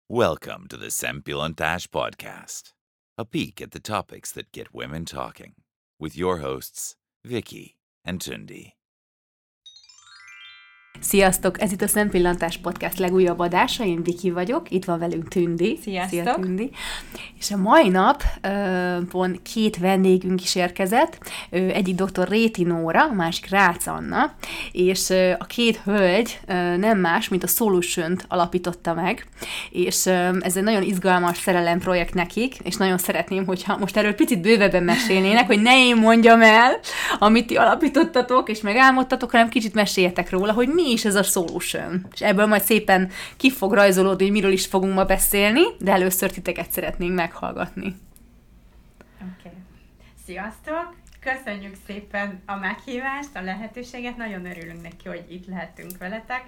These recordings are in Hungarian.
Welcome to the Szempillantás Podcast, a peek at the topics that get women talking, with your hosts, Vicky and Tündi. Sziasztok! Ez itt a Szempillantás Podcast legújabb adása, én Viki vagyok, itt van velünk Tündi. Sziasztok! Szia, Tündi! És a mai napon két vendégünk is érkezett, egyik dr. Réti Nóra, a másik Rácz Anna, és a két hölgy nem más, mint a Solution-t alapította meg, és ez egy nagyon izgalmas szerelemprojekt nekik, és nagyon szeretném, hogyha most erről picit bővebben mesélnének, hogy ne én mondjam el, amit ti alapítottatok, és megálmodtatok, hanem kicsit meséljetek róla, hogy mi is ez a Solution. És ebből majd szépen ki fog rajzolódni, hogy miről is fogunk ma beszélni, de először titeket szeretnénk meghallgatni. Oké. Sziasztok! Köszönjük szépen a meghívást, a lehetőséget, nagyon örülünk neki, hogy itt lehetünk veletek.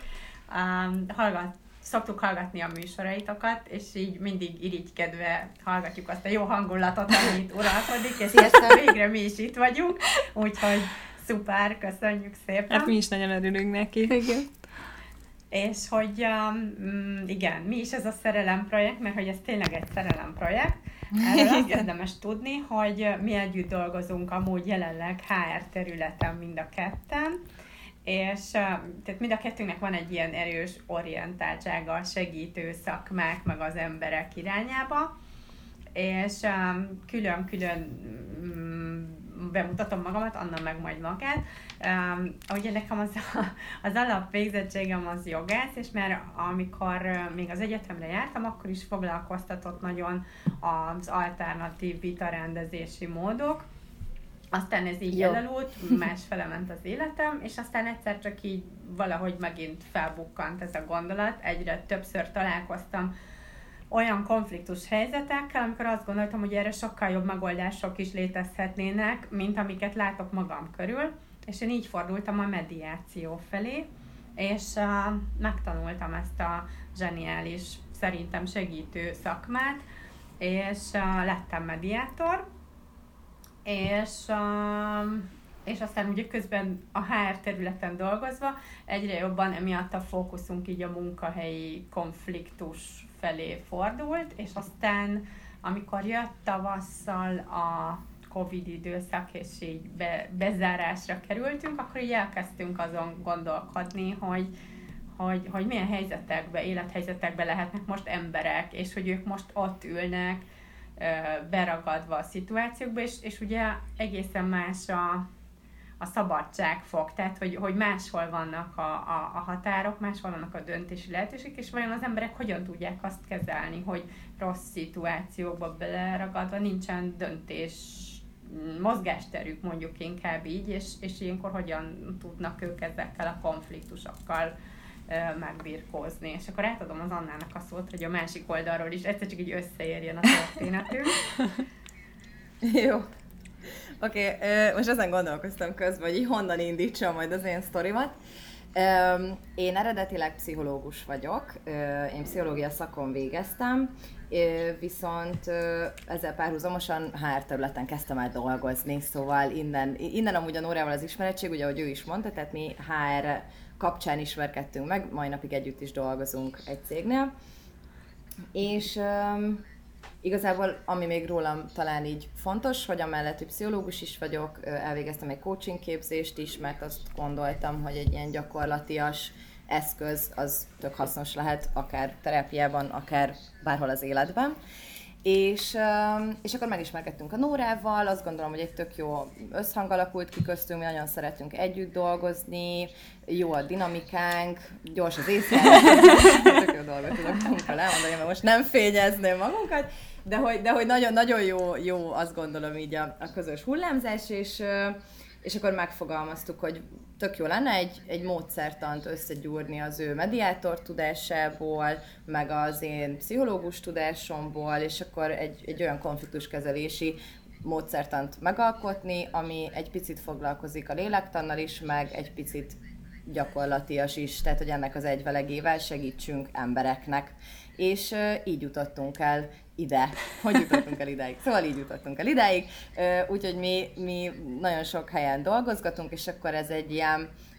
Szoktuk hallgatni a műsoraitokat, és így mindig irigykedve hallgatjuk azt a jó hangulatot, amit uralkodik, és végre mi is itt vagyunk, úgyhogy szuper, köszönjük szépen. Hát mi is nagyon örülünk neki. Igen. És hogy igen, mi is ez a szerelemprojekt, mert hogy ez tényleg egy szerelemprojekt. Erről azt érdemes tudni, hogy mi együtt dolgozunk amúgy jelenleg HR területen mind a ketten, és tehát mind a kettőnknek van egy ilyen erős orientáltsága a segítő szakmák meg az emberek irányába, és külön-külön bemutatom magamat, Anna meg majd magát. Ugye nekem az alapvégzettségem az jogász, és mert amikor még az egyetemre jártam, akkor is foglalkoztatott nagyon az alternatív vitarendezési módok. Aztán ez így elalult, másfele ment az életem, és aztán egyszer csak így valahogy megint felbukkant ez a gondolat, egyre többször találkoztam olyan konfliktus helyzetekkel, amikor azt gondoltam, hogy erre sokkal jobb megoldások is létezhetnének, mint amiket látok magam körül, és én így fordultam a mediáció felé, és megtanultam ezt a zseniális, szerintem segítő szakmát, és lettem mediátor, és aztán ugye közben a HR területen dolgozva egyre jobban emiatt a fókuszunk így a munkahelyi konfliktus felé fordult, és aztán amikor jött tavasszal a Covid időszak, és így bezárásra kerültünk, akkor így elkezdtünk azon gondolkodni, hogy milyen helyzetekben, élethelyzetekben lehetnek most emberek, és hogy ők most ott ülnek, beragadva a szituációkba, és ugye egészen más a szabadságfok, tehát hogy máshol vannak a határok, máshol vannak a döntési lehetőségek, és vajon az emberek hogyan tudják azt kezelni, hogy rossz szituációkba beleragadva nincsen döntés, mozgásterük mondjuk inkább így, és ilyenkor hogyan tudnak ők ezekkel a konfliktusokkal megbirkózni. És akkor átadom az Annának a szót, hogy a másik oldalról is egyszer csak így összeérjen a történetünk. Jó. Oké, most ezen gondolkoztam közben, hogy honnan indítsam majd az én sztorimat. Én eredetileg pszichológus vagyok, én pszichológia szakon végeztem, viszont ezzel párhuzamosan HR területen kezdtem el dolgozni, szóval innen amúgy a Nórával az ismeretség, ugye ahogy ő is mondta, tehát mi HR kapcsán ismerkedtünk meg, mai napig együtt is dolgozunk egy cégnél, és igazából, ami még rólam talán így fontos, hogy amellett, hogy pszichológus is vagyok, elvégeztem egy coaching képzést is, mert azt gondoltam, hogy egy ilyen gyakorlatias eszköz az tök hasznos lehet, akár terápiában, akár bárhol az életben. És akkor megismerkedtünk a Nórával, azt gondolom, hogy egy tök jó összhang alakult ki köztünk, mi nagyon szeretünk együtt dolgozni, jó a dinamikánk, gyors az észjárás, tök jó dolgot tudok magunkkal elmondani, mert most nem fényezném magunkat, de hogy nagyon-nagyon jó azt gondolom így a közös hullámzás, és akkor megfogalmaztuk, hogy tök jó lenne egy módszertant összegyúrni az ő mediátor tudásából, meg az én pszichológus tudásomból, és akkor egy olyan konfliktuskezelési módszertant megalkotni, ami egy picit foglalkozik a lélektannal is, meg egy picit gyakorlatias is, tehát hogy ennek az egyvelegével segítsünk embereknek. És így jutottunk el ide. Hogy jutottunk el idáig? Szóval így jutottunk el idáig, úgyhogy mi nagyon sok helyen dolgozgatunk, és akkor ez egy ilyen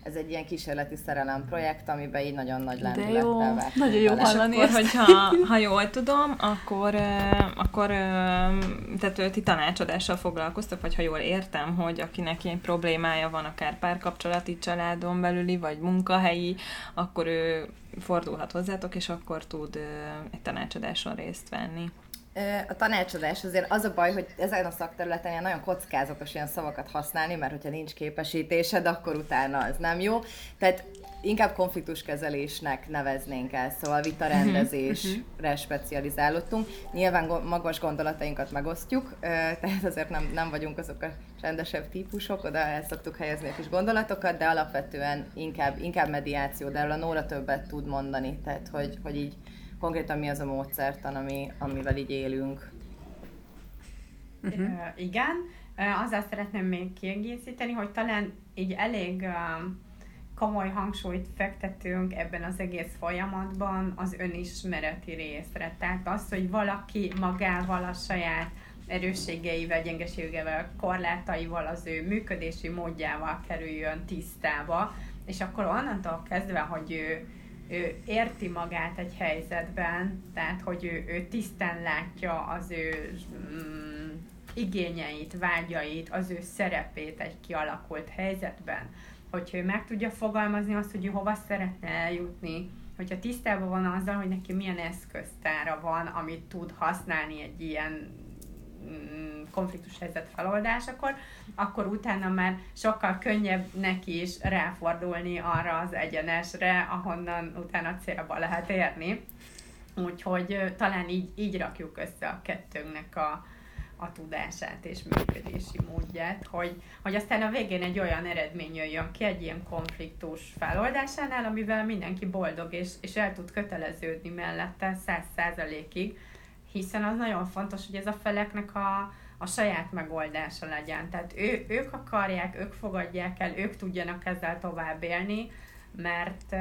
ez egy ilyen kísérleti szerelem projekt, amiben így nagyon nagy De jó, lendülettel vágtunk nagyon jó bele. hallani Akkor, ezt. ha jól tudom, akkor tehát ti tanácsadással foglalkoztak, vagy ha jól értem, hogy akinek ilyen problémája van, akár párkapcsolati, családon belüli, vagy munkahelyi, akkor ő fordulhat hozzátok, és akkor tud egy tanácsadáson részt venni. A tanácsadás azért az a baj, hogy ezen a szakterületen ilyen nagyon kockázatos ilyen szavakat használni, mert hogyha nincs képesítésed, akkor utána az nem jó. Tehát inkább konfliktuskezelésnek neveznénk el, szóval vitarendezésre specializálódtunk. Nyilván magas gondolatainkat megosztjuk, tehát azért nem vagyunk azok a rendesebb típusok, oda el szoktuk helyezni a kis gondolatokat, de alapvetően inkább mediáció, de erről a Nóra többet tud mondani, tehát hogy így konkrétan mi az a módszertan, amivel így élünk. Igen. Azzal szeretném még kiegészíteni, hogy talán így elég komoly hangsúlyt fektetünk ebben az egész folyamatban az önismereti részre. Tehát az, hogy valaki magával, a saját erősségeivel, gyengeségeivel, korlátaival, az ő működési módjával kerüljön tisztába, és akkor onnantól kezdve, hogy ő érti magát egy helyzetben, tehát hogy ő tisztán látja az ő igényeit, vágyait, az ő szerepét egy kialakult helyzetben, hogyha ő meg tudja fogalmazni azt, hogy ő hova szeretne eljutni, hogyha tisztában van azzal, hogy neki milyen eszköztára van, amit tud használni egy ilyen konfliktus helyzet feloldásakor, akkor utána már sokkal könnyebb neki is ráfordulni arra az egyenesre, ahonnan utána célba lehet érni. Úgyhogy talán így rakjuk össze a kettőnknek a tudását és működési módját, hogy aztán a végén egy olyan eredmény jöjjön ki egy ilyen konfliktus feloldásánál, amivel mindenki boldog és el tud köteleződni mellette 100%-ig, hiszen az nagyon fontos, hogy ez a feleknek a saját megoldása legyen. Tehát ők akarják, ők fogadják el, ők tudjanak ezzel tovább élni, mert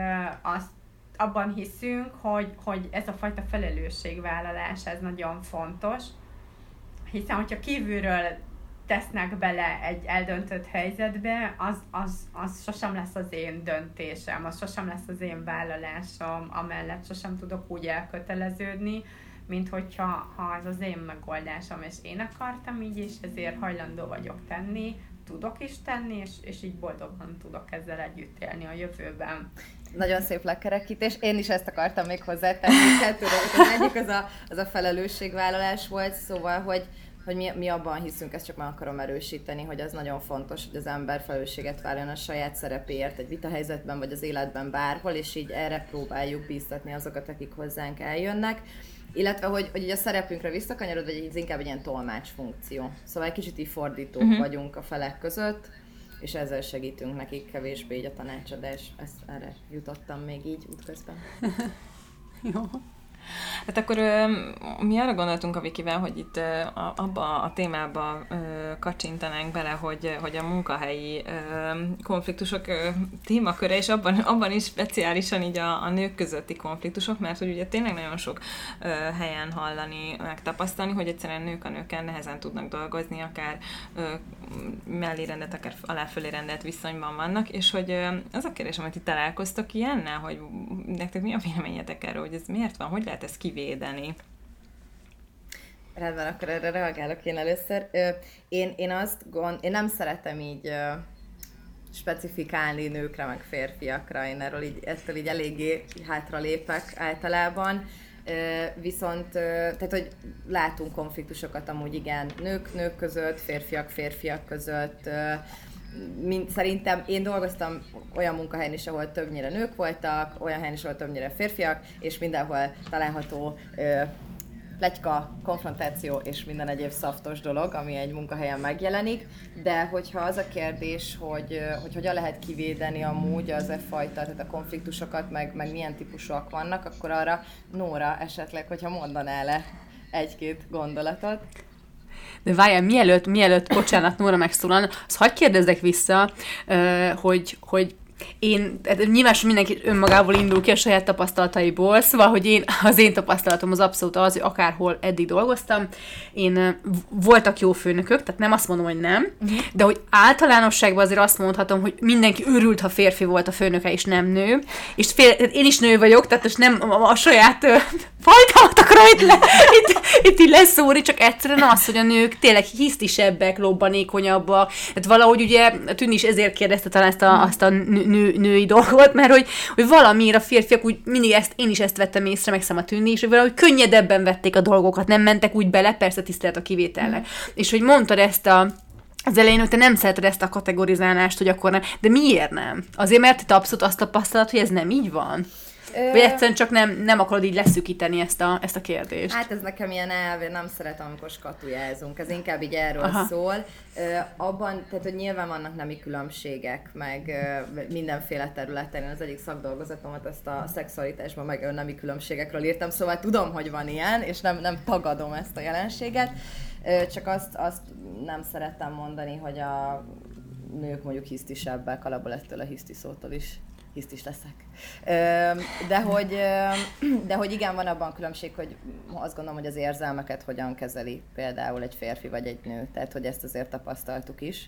abban hiszünk, hogy ez a fajta felelősségvállalás, ez nagyon fontos, hiszen hogyha kívülről tesznek bele egy eldöntött helyzetbe, az sosem lesz az én döntésem, az sosem lesz az én vállalásom, amellett sosem tudok úgy elköteleződni, mint hogyha ez az én megoldásom, és én akartam így, és ezért hajlandó vagyok tenni, tudok is tenni, és így boldogan tudok ezzel együtt élni a jövőben. Nagyon szép lekerekítés. Én is ezt akartam még hozzátenni. Az egyik az a felelősségvállalás volt, szóval, hogy mi abban hiszünk, ezt csak meg akarom erősíteni, hogy az nagyon fontos, hogy az ember felelősséget vállaljon a saját szerepéért egy vitahelyzetben, vagy az életben bárhol, és így erre próbáljuk bíztatni azokat, akik hozzánk eljönnek. Illetve, hogy a szerepünkre visszakanyarod, vagy ez inkább egy ilyen tolmács funkció. Szóval egy kicsit így fordítók vagyunk a felek között, és ezzel segítünk nekik kevésbé így a tanácsadás. Erre jutottam még így útközben. Jó. Hát akkor mi arra gondoltunk a Vikivel, hogy itt abba a témába kacsintanánk bele, hogy a munkahelyi konfliktusok témaköre, és abban is speciálisan így a nők közötti konfliktusok, mert hogy ugye tényleg nagyon sok helyen hallani, megtapasztalni, hogy egyszerűen nők a nőkkel nehezen tudnak dolgozni, akár mellé rendelt, akár alá-fölé rendelt viszonyban vannak, és hogy az a kérdés, amit itt találkoztok ilyennel, hogy nektek mi a véleményetek erről, hogy ez miért van, hogy lehet ezt kivédeni? Rendben, akkor erre reagálok én először. Én nem szeretem így specifikálni nőkre, meg férfiakra, én ettől így eléggé hátralépek általában. Viszont, tehát, hogy látunk konfliktusokat amúgy igen, nők között, férfiak között. Szerintem én dolgoztam olyan munkahelyen is, ahol többnyire nők voltak, olyan helyen is, ahol többnyire férfiak, és mindenhol található pletyka, konfrontáció és minden egyéb szaftos dolog, ami egy munkahelyen megjelenik, de hogyha az a kérdés, hogy hogyan lehet kivédeni amúgy az e fajta, tehát a konfliktusokat, meg milyen típusúak vannak, akkor arra Nóra esetleg, hogyha mondanál le egy-két gondolatot. De várjál, mielőtt bocsánat, Nóra megszólal, azt hadd kérdezzek vissza, hogy Nyilván mindenki önmagából indul ki a saját tapasztalataiból, szóval, hogy az én tapasztalatom az abszolút az, hogy akárhol eddig dolgoztam, voltak jó főnökök, tehát nem azt mondom, hogy nem, de hogy általánosságban azért azt mondhatom, hogy mindenki örült, ha férfi volt a főnöke, és nem nő, és én is nő vagyok, tehát most nem a saját fajtámat akarom itt így leszúrni, csak egyszerűen az, hogy a nők tényleg hisztisebbek, lobbanékonyabbak, tehát valahogy ugye Tüni is ezért kérdezte talán azt a női dolgot, mert hogy valamiért a férfiak úgy mindig én is ezt vettem észre, meg a Tüni is, hogy valahogy könnyedebben vették a dolgokat, nem mentek úgy bele, persze tisztelet a kivételnek. És hogy mondtad ezt az elején, hogy te nem szereted ezt a kategorizálást, hogy akkor nem. De miért nem? Azért, mert te abszolút azt tapasztalod, hogy ez nem így van? Vagy egyszerűen csak nem akarod így leszűkíteni ezt a kérdést? Hát ez nekem ilyen nem szeretem, amikor skatujázunk, ez inkább így erről szól. Abban, tehát hogy nyilván vannak nemi különbségek, meg mindenféle területen. Én az egyik szakdolgozatomat ezt a szexualitásban meg nemi különbségekről írtam, szóval tudom, hogy van ilyen, és nem tagadom ezt a jelenséget. Csak azt nem szerettem mondani, hogy a nők mondjuk hisztisebbek, alapból ettől a hiszti szótól is hisztis leszek. De hogy igen, van abban különbség, hogy azt gondolom, hogy az érzelmeket hogyan kezeli például egy férfi vagy egy nő. Tehát, hogy ezt azért tapasztaltuk is.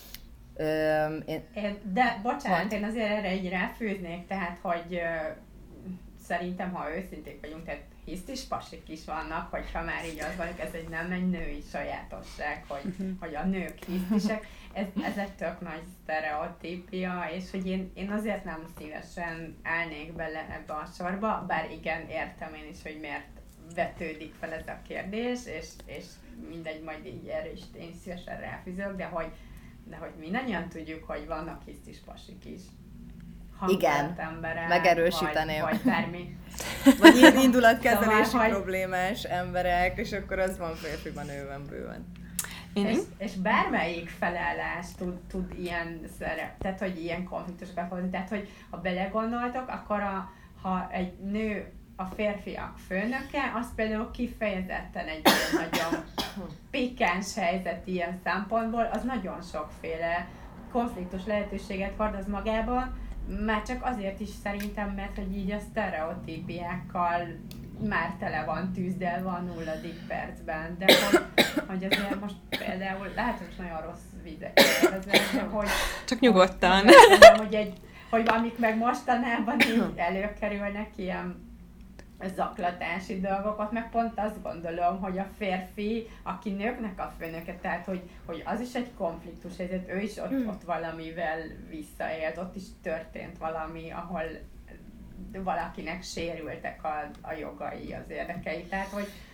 De bocsánat, én azért erre így ráfűznék, tehát, hogy szerintem, ha őszinték vagyunk, tehát hisztis pasik is vannak, hogyha már így az van, ez egy női sajátosság, hogy a nők hisztisek. Ez egy tök nagy sztereotípia, és hogy én azért nem szívesen állnék bele ebbe a sorba, bár igen, értem én is, hogy miért vetődik fel ez a kérdés, és mindegy, majd így erre is én szívesen ráfűzök, de hogy mindannyian tudjuk, hogy vannak hisztis pasik is. Igen, emberek, megerősíteném. Vagy bármi. Vagy ilyen indulatkezelési szóval, problémás emberek, és akkor az van férfiban, nőben bőven. És bármelyik felállás tud ilyen tehát hogy ilyen konfliktusokat hozni. Tehát, hogy ha belegondoltok, akkor ha egy nő a férfiak főnöke, az például kifejezetten egy nagyon pikáns helyzet ilyen szempontból, az nagyon sokféle konfliktus lehetőséget hordoz magában, már csak azért is szerintem, mert hogy így a sztereotípiákkal már tele van tűzdelve a 0. percben, de hogy azért most például, lehet, hogy nagyon rossz vizek de hogy... Csak nyugodtan. Hogy amik meg mostanában így előkerülnek ilyen zaklatási dolgokat, meg pont azt gondolom, hogy a férfi, aki nőknek a főnöke, tehát hogy az is egy konfliktus helyzet, ő is ott valamivel visszaélt, ott is történt valami, ahol valakinek sérültek a jogai, az érdekei, tehát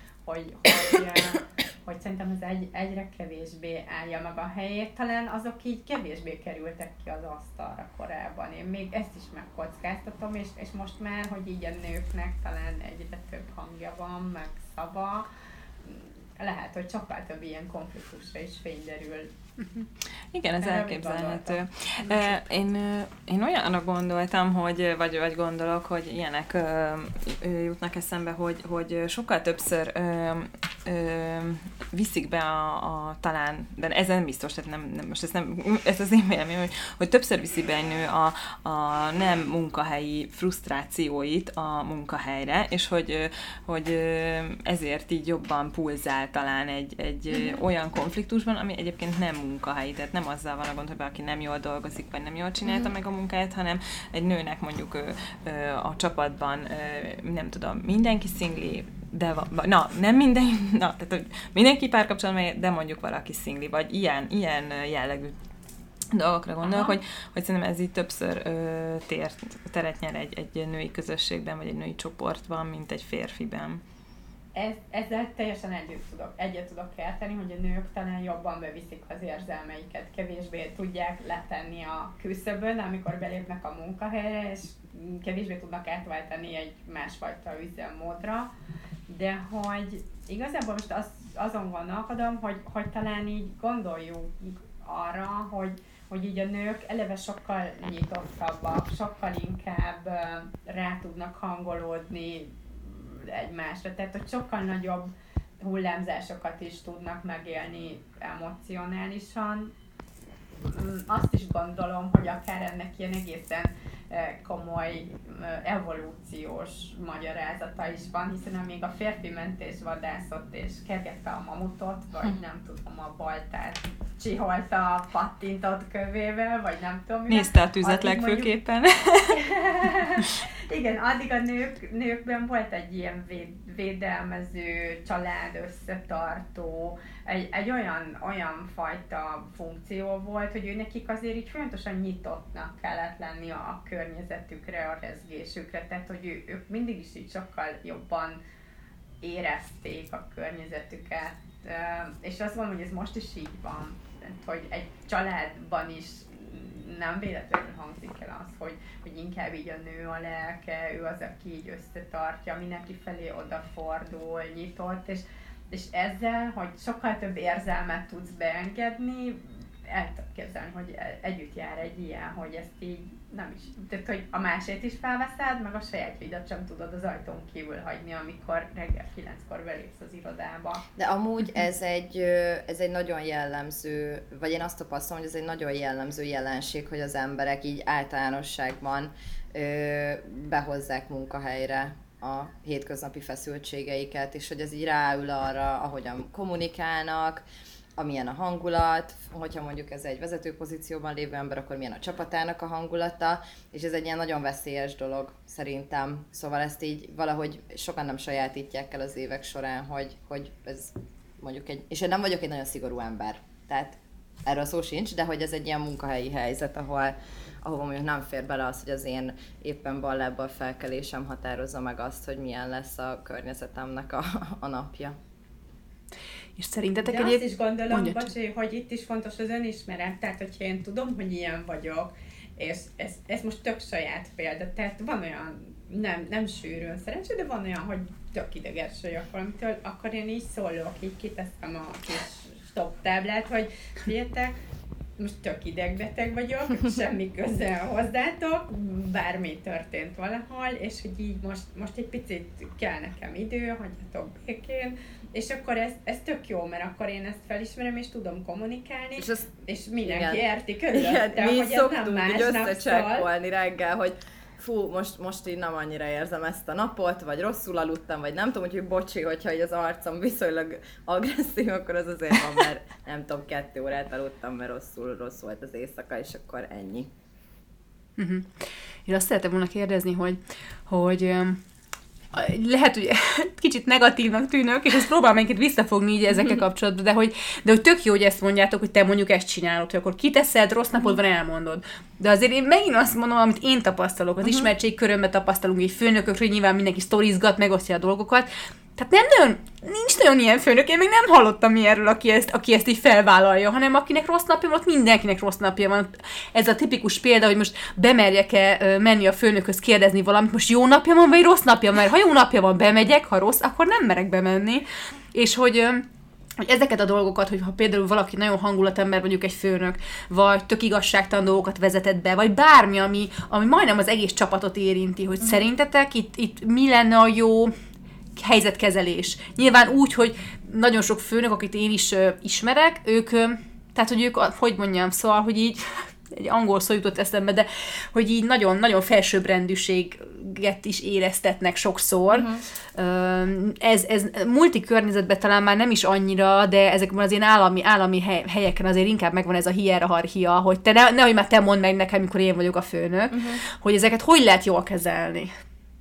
hogy szerintem ez egyre kevésbé állja meg a helyét, talán azok így kevésbé kerültek ki az asztalra korábban. Én még ezt is megkockáztatom, és most már, hogy így a nőknek talán egyre több hangja van, meg szava, lehet, hogy sokkal több ilyen konfliktusra is fény derül. Igen, ez elképzelhető. Én olyanra gondoltam, vagy gondolok, hogy ilyenek jutnak eszembe, hogy sokkal többször viszik be talán, de ez nem biztos, tehát nem most ez az én véleményem, hogy többször viszi be egy nő a nem munkahelyi frusztrációit a munkahelyre, és hogy ezért így jobban pulzál talán egy olyan konfliktusban, ami egyébként nem munkahelyi, tehát nem azzal van a gond, hogy valaki nem jól dolgozik, vagy nem jól csinálta meg a munkáját, hanem egy nőnek mondjuk a csapatban, nem tudom, mindenki szingli, de nem tehát mindenki párkapcsolatban, de mondjuk valaki szingli, vagy ilyen jellegű dolgokra gondolok, hogy szerintem ez így többször teret nyer egy női közösségben, vagy egy női csoportban, mint egy férfiben. Ezzel teljesen egyet tudok érteni, hogy a nők talán jobban beviszik az érzelmeiket, kevésbé tudják letenni a küszöbön, amikor belépnek a munkahelyre, és kevésbé tudnak átváltani egy másfajta üzemmódra, de hogy igazából most azon gondolkodom, hogy talán így gondoljunk arra, hogy így a nők eleve sokkal nyitottabbak, sokkal inkább rá tudnak hangolódni egymásra, tehát hogy sokkal nagyobb hullámzásokat is tudnak megélni emocionálisan, azt is gondolom, hogy akár ennek ilyen egészen komoly evolúciós magyarázata is van, hiszen amíg a férfi ment és vadászott és kergette a mamutot, vagy nem tudom, a baltát csiholta pattintott kövével, vagy nem tudom. Nézte a tüzet legfőképpen. Igen, addig a nőkben volt egy ilyen védelmező, család összetartó, egy olyan fajta funkció volt, hogy ő nekik azért így fontosan nyitottnak kellett lenni a környezetükre, a rezgésükre, tehát hogy ők mindig is így sokkal jobban érezték a környezetüket, és azt mondom, hogy ez most is így van, hogy egy családban is nem véletlenül hangzik el az, hogy inkább így a nő a lelke, ő az, aki így összetartja, mindenki felé odafordul, nyitott, és ezzel, hogy sokkal több érzelmet tudsz beengedni, el tudom képzelni, hogy együtt jár egy ilyen, hogy ezt így nem is, tehát hogy a másét is felveszed, meg a sajátjaidat sem tudod az ajtón kívül hagyni, amikor reggel 9-kor belépsz az irodába. De amúgy ez egy nagyon jellemző, vagy én azt tapasztalom, hogy ez egy nagyon jellemző jelenség, hogy az emberek így általánosságban behozzák munkahelyre a hétköznapi feszültségeiket, és hogy ez így ráül arra, ahogyan kommunikálnak, amilyen a hangulat, hogyha mondjuk ez egy vezető pozícióban lévő ember, akkor milyen a csapatának a hangulata, és ez egy ilyen nagyon veszélyes dolog szerintem. Szóval ezt így valahogy sokan nem sajátítják el az évek során, hogy ez mondjuk és én nem vagyok egy nagyon szigorú ember, tehát erről szó sincs, de hogy ez egy ilyen munkahelyi helyzet, ahol mondjuk nem fér bele az, hogy az én éppen ballábbal felkelésem határozza meg azt, hogy milyen lesz a környezetemnek a napja. És szerintetek de azt is gondolom, bocsi, hogy itt is fontos az önismeret, tehát hogyha én tudom, hogy ilyen vagyok, és ez most tök saját példa, tehát van olyan, nem sűrűn szerencsé, de van olyan, hogy tök ideges vagyok valamitől, akkor én így szólok, így kiteszem a kis stop táblát, hogy figyeljetek, most tök idegbeteg vagyok, semmi köze hozzátok, bármi történt valahol, és hogy így most egy picit kell nekem idő, hagyjatok békén, és akkor ez tök jó, mert akkor én ezt felismerem, és tudom kommunikálni, és mindenki érti körülöttem, hogy ez nem másnap összecsekkolni reggel, hogy fú, most így nem annyira érzem ezt a napot, vagy rosszul aludtam, vagy nem tudom, hogy bocsi, hogyha az arcom viszonylag agresszív, akkor az azért van, mert nem tudom, 2 órát aludtam, mert rossz volt az éjszaka, és akkor ennyi. Én azt szeretem volna kérdezni, hogy lehet, hogy kicsit negatívnak tűnök, és ezt próbálom egyébként visszafogni így ezekkel kapcsolatban, de hogy tök jó, hogy ezt mondjátok, hogy te mondjuk ezt csinálod, hogy akkor kiteszed, rossz napod van, elmondod. De azért én megint azt mondom, amit én tapasztalok, az ismertségkörömben tapasztalunk, így főnökökről nyilván mindenki sztorizgat, megosztja a dolgokat. Tehát nincs nagyon ilyen főnök, én még nem hallottam ilyenről, aki ezt így felvállalja, hanem akinek rossz napja van, ott mindenkinek rossz napja van. Ez a tipikus példa, hogy most bemerjek-e menni a főnökhöz kérdezni valamit, most jó napja van, vagy rossz napja van, mert ha jó napja van, bemegyek, ha rossz, akkor nem merek bemenni. És hogy ezeket a dolgokat, hogy ha például valaki nagyon hangulatember, mondjuk egy főnök, vagy tök igazságtalan dolgokat vezetett be, vagy bármi, ami majdnem az egész csapatot érinti, hogy szerintetek itt mi lenne a jó helyzetkezelés. Nyilván úgy, hogy nagyon sok főnök, akit én is ismerek, ők, hogy mondjam, szóval, hogy így, egy angol szó jutott eszembe, de hogy így nagyon-nagyon felsőbbrendűséget is éreztetnek sokszor. Ez multi környezetben talán már nem is annyira, de ezekben az ilyen állami helyeken azért inkább megvan ez a hierarchia, hogy nehogy már te mondd meg nekem, mikor én vagyok a főnök, hogy ezeket hogy lehet jól kezelni.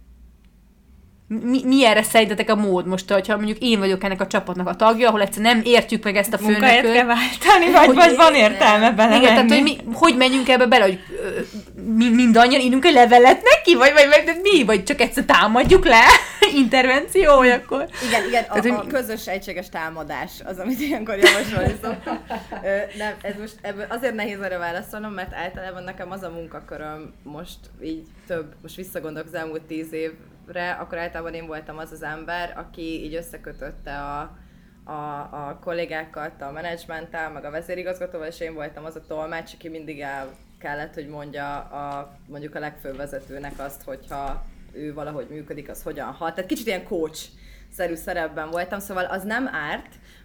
Mi erre szerintetek a mód most, hogyha mondjuk én vagyok ennek a csapatnak a tagja, ahol egyszerűen nem értjük meg ezt a főnököt. Munkahelyet kell váltani, vagy van értelme belemenni. Igen, tehát hogy menjünk ebbe bele, hogy mindannyian írunk egy levelet neki, vagy mi? Vagy csak egyszer támadjuk le? Intervenció, vagy akkor? Igen, tehát, a közös egységes támadás az, amit ilyenkor javasolni szoktam. Nem, ez most azért nehéz erre válaszolnom, mert általában nekem az a munkaköröm most visszagondolok az elmúlt 10 évre, akkor általában én voltam az ember, aki így összekötötte a kollégákat, a menedzsmenttel, meg a vezérigazgatóval, és én voltam az a tolmács, aki mindig el kellett, hogy mondja mondjuk a legfőbb vezetőnek azt, hogyha ő valahogy működik, az hogyan hat. Tehát kicsit ilyen coach-szerű szerepben voltam, szóval az nem árt,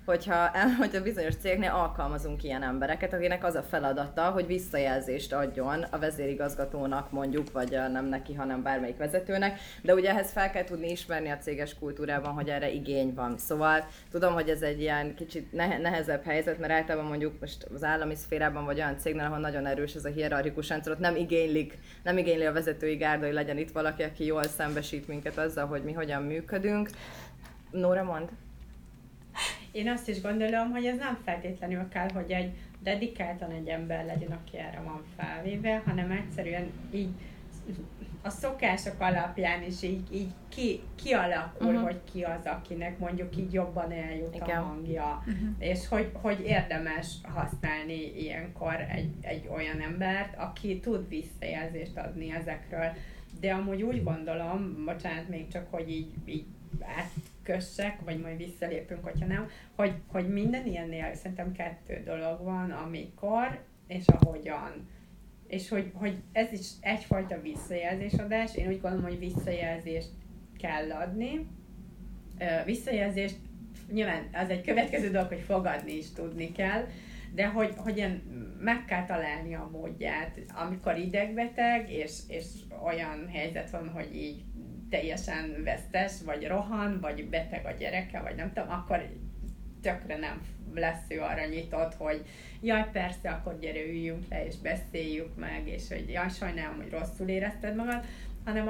hogyha bizonyos cégnél alkalmazunk ilyen embereket, akinek az a feladata, hogy visszajelzést adjon a vezérigazgatónak mondjuk, vagy nem neki, hanem bármelyik vezetőnek, de ugye ehhez fel kell tudni ismerni a céges kultúrában, hogy erre igény van. Szóval tudom, hogy ez egy ilyen kicsit nehezebb helyzet, mert általában mondjuk most az állami szférában vagy olyan cégnél, ahol nagyon erős ez a hierarchikus rendszer, ott nem igényli a vezetői gárda, hogy legyen itt valaki, aki jól szembesít minket azzal, hogy mi hogyan működünk. Nóra, mondd. Én azt is gondolom, hogy ez nem feltétlenül kell, hogy egy dedikáltan egy ember legyen, aki erre van felvéve, hanem egyszerűen így a szokások alapján is így kialakul, hogy ki az, akinek mondjuk így jobban eljut a hangja. És hogy érdemes használni ilyenkor egy olyan embert, aki tud visszajelzést adni ezekről. De amúgy úgy gondolom, bocsánat, még csak, hogy így átkössek, vagy majd visszalépünk, hogyha nem, hogy minden ilyennél szerintem 2 dolog van, amikor és ahogyan. És hogy ez is egyfajta visszajelzésadás. Én úgy gondolom, hogy visszajelzést kell adni. Visszajelzést nyilván az egy következő dolog, hogy fogadni is tudni kell, de hogy meg kell találni a módját, amikor idegbeteg, és olyan helyzet van, hogy így teljesen vesztes, vagy rohan, vagy beteg a gyereke, vagy nem tudom, akkor tökre nem lesz ő arra nyitott, hogy jaj, persze, akkor gyere, üljünk le, és beszéljük meg, és hogy jaj, sajnálom, hogy rosszul érezted magad, hanem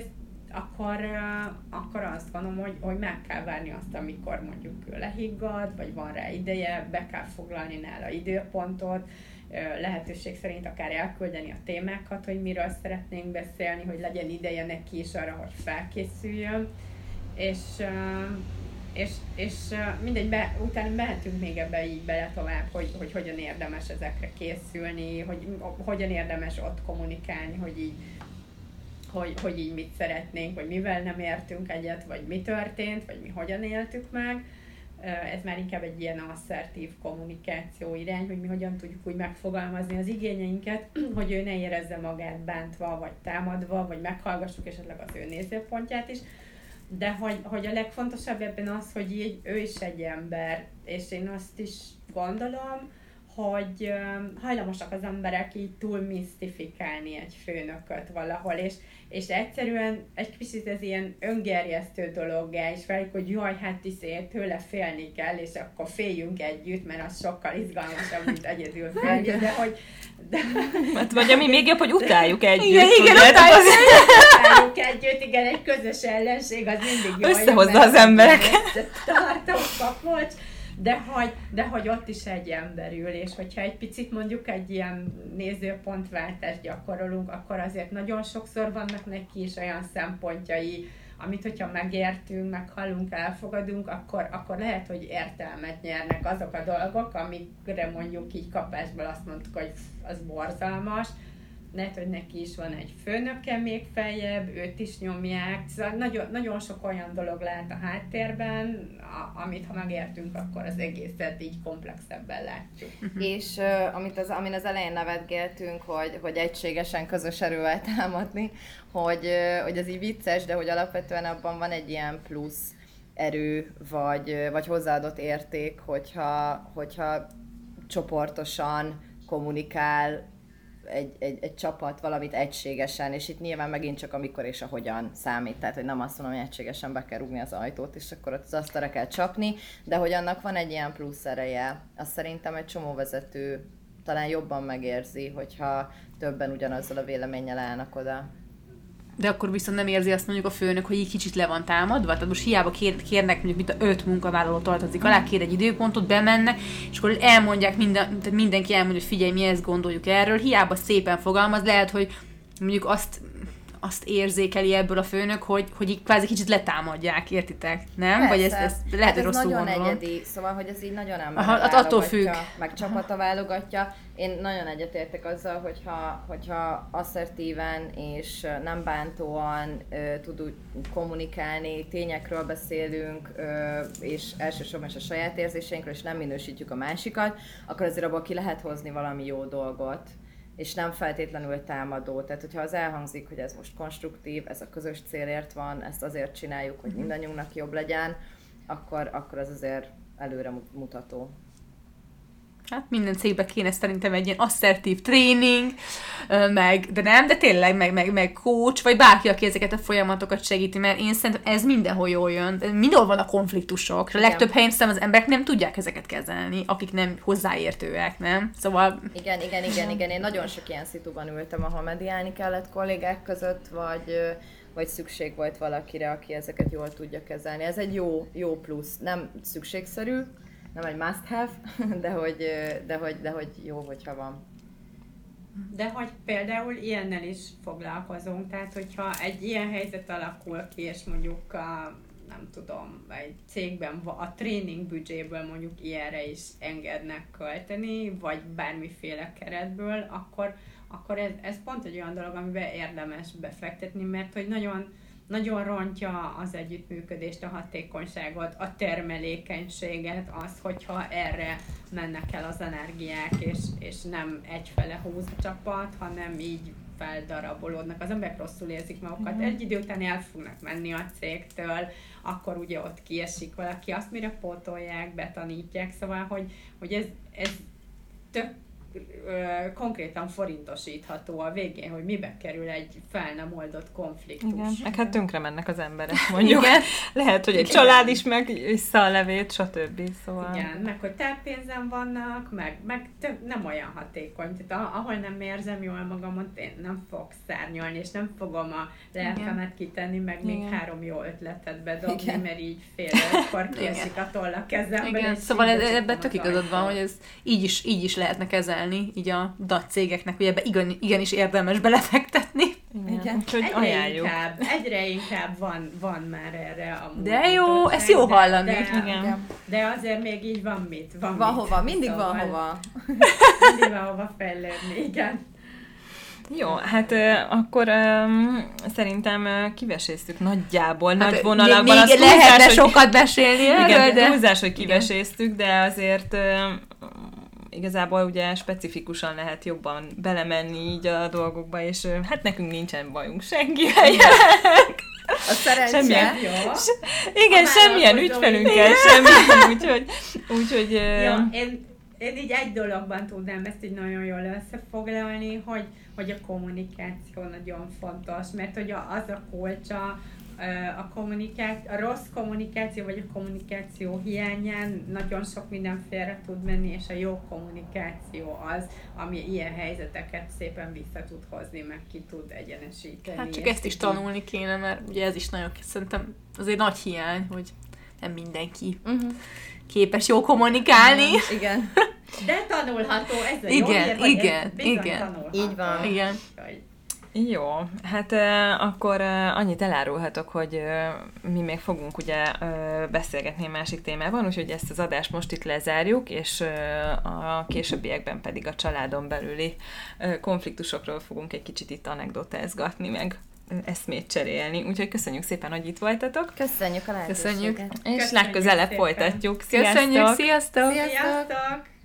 akkor azt gondolom, hogy meg kell várni azt, amikor mondjuk ő lehiggad, vagy van rá ideje, be kell foglalni nála időpontot, lehetőség szerint akár elküldeni a témákat, hogy miről szeretnénk beszélni, hogy legyen ideje neki is arra, hogy felkészüljön, és mindegy, utána mehetünk még ebbe így bele tovább, hogy hogyan érdemes ezekre készülni, hogy hogyan érdemes ott kommunikálni, hogy így mit szeretnénk, vagy mivel nem értünk egyet, vagy mi történt, vagy mi hogyan éltük meg. Ez már inkább egy ilyen asszertív kommunikáció irány, hogy mi hogyan tudjuk úgy megfogalmazni az igényeinket, hogy ő ne érezze magát bántva, vagy támadva, vagy meghallgassuk esetleg az ő nézőpontját is. De hogy a legfontosabb ebben az, hogy így ő is egy ember, és én azt is gondolom, hogy hajlamosak az emberek így túl misztifikálni egy főnököt valahol, és egyszerűen egy kicsit ez ilyen öngerjesztő dologgá is válik, hogy jaj, hát tőle félni kell, és akkor féljünk együtt, mert az sokkal izgalmasabb, mint egyedül félni, de hogy... Hát, vagy ami még jobb, hogy utáljuk együtt. Igen, utáljuk együtt, igen, egy közös ellenség, az mindig jó. Összehozza az embereket. Tartom, kapocs. De hogy ott is egy ember ül, és hogyha egy picit mondjuk egy ilyen nézőpontváltást gyakorolunk, akkor azért nagyon sokszor vannak neki is olyan szempontjai, amit hogyha megértünk, meghallunk, elfogadunk, akkor lehet, hogy értelmet nyernek azok a dolgok, amikre mondjuk így kapásból azt mondtuk, hogy az borzalmas. Lehet, hogy neki is van egy főnöke még feljebb, őt is nyomják, szóval nagyon, nagyon sok olyan dolog lehet a háttérben, amit ha megértünk, akkor az egészet így komplexebben látjuk. És amin az elején nevetgéltünk, hogy egységesen közös erővel támadni, hogy ez így vicces, de hogy alapvetően abban van egy ilyen plusz erő, vagy hozzáadott érték, hogyha csoportosan kommunikál egy csapat valamit egységesen, és itt nyilván megint csak amikor és ahogyan számít, tehát hogy nem azt mondom, hogy egységesen be kell rúgni az ajtót, és akkor az asztalra kell csapni, de hogy annak van egy ilyen plusz ereje. Azt szerintem egy csomó vezető talán jobban megérzi, hogyha többen ugyanazzal a véleménnyel állnak oda. De akkor viszont nem érzi azt mondjuk a főnök, hogy így kicsit le van támadva, tehát most hiába kérnek mondjuk, mint a 5 munkavállaló tartozik alá, kér egy időpontot, bemennek, és akkor elmondják, tehát mindenki elmondja, hogy figyelj, mi ezt gondoljuk erről, hiába szépen fogalmaz, lehet, hogy mondjuk azt érzékeli ebből a főnök, hogy így kvázi kicsit letámadják, értitek? Nem? Persze. Vagy ez lehet, hogy rosszul nagyon gondolom. egyedi, szóval, hogy ez így nagyon ember attól függ. Meg csapata válogatja. Én nagyon egyetértek azzal, hogyha asszertíven és nem bántóan tudunk kommunikálni, tényekről beszélünk, és elsősorban is a saját érzéseinkről, és nem minősítjük a másikat, akkor azért abból ki lehet hozni valami jó dolgot, és nem feltétlenül támadó. Tehát, hogyha az elhangzik, hogy ez most konstruktív, ez a közös célért van, ezt azért csináljuk, hogy mindannyiunknak jobb legyen, akkor az azért előre mutató. Hát minden cégbe kéne szerintem egy ilyen asszertív tréning, de tényleg, meg coach, vagy bárki, aki ezeket a folyamatokat segíti, mert én szerintem ez mindenhol jól jön. Mindenhol van a konfliktusok. A legtöbb helyen szerintem az emberek nem tudják ezeket kezelni, akik nem hozzáértőek, nem? Szóval... Igen. Én nagyon sok ilyen szituban ültem, ahol mediálni kellett kollégák között, vagy szükség volt valakire, aki ezeket jól tudja kezelni. Ez egy jó plusz. Nem szükségszerű, nem egy must have, de hogy jó, hogyha van. De hogy például ilyennel is foglalkozunk, tehát hogyha egy ilyen helyzet alakul ki, és mondjuk nem tudom, egy cégben a tréning büdzséből mondjuk ilyenre is engednek költeni, vagy bármiféle keretből, akkor ez pont egy olyan dolog, amiben érdemes befektetni, mert hogy nagyon rontja az együttműködést, a hatékonyságot, a termelékenységet, az, hogyha erre mennek el az energiák, és nem egyfele húz a csapat, hanem így feldarabolódnak. Az emberek rosszul érzik magukat. Egy idő után el fognak menni a cégtől, akkor ugye ott kiesik valaki, azt mire pótolják, betanítják, szóval, hogy ez tök konkrétan forintosítható a végén, hogy mibe kerül egy fel nem oldott konfliktus. Igen, meg hát tönkre mennek az emberek, mondjuk. Igen. Lehet, hogy egy család is megissza a levét, stb. Szóval... Igen, meg hogy tárpénzen vannak, meg nem olyan hatékony. Tehát ahol nem érzem jól magamon, én nem fogok szárnyalni, és nem fogom a lelkemet kitenni, meg még 3 jó ötletet bedobni, mert így fél akkor kiesik a toll a kezemben. Igen, szóval ebben tök igazad van, hogy ez így is lehetne kezelni, így a DAT cégeknek, hogy ebbe igenis érdemes belefektetni. Igen. Úgyhogy ajánljuk. Egyre inkább van már erre a de jó, ezt jó hallani. De azért még így van mit. Van hova, mindig van hova. Mindig van hova fejlődni, igen. Jó, hát akkor szerintem kiveséztük nagyjából, nagy vonalakban. Még lehetne sokat mesélni erről, de... túlzás, hogy kiveséztük, de azért... igazából ugye specifikusan lehet jobban belemenni így a dolgokba, és hát nekünk nincsen bajunk senkivel jelenleg. A szerencse. Semmilyen ügyfelünkkel, semmilyen, úgyhogy... Ja, én így egy dologban tudnám ezt így nagyon jól összefoglalni, hogy a kommunikáció nagyon fontos, mert hogy az a kulcsa, a rossz kommunikáció, vagy a kommunikáció hiányán nagyon sok minden félre tud menni, és a jó kommunikáció az, ami ilyen helyzeteket szépen vissza tud hozni, meg ki tud egyenesíteni. Hát csak ezt is tanulni kéne, mert ugye ez is nagyon, szerintem azért nagy hiány, hogy nem mindenki képes jó kommunikálni. Igen. De tanulható, ez a igen, jó hír, hogy igen, ez bizony igen. tanulható. Így van. Igen. Jó, hát akkor annyit elárulhatok, hogy mi még fogunk ugye beszélgetni a másik témában, úgyhogy ezt az adást most itt lezárjuk, és a későbbiekben pedig a családon belüli konfliktusokról fogunk egy kicsit itt anekdotázgatni, meg eszmét cserélni. Úgyhogy köszönjük szépen, hogy itt voltatok. Köszönjük a lehetőséget. És legközelebb folytatjuk. Köszönjük, sziasztok! Sziasztok!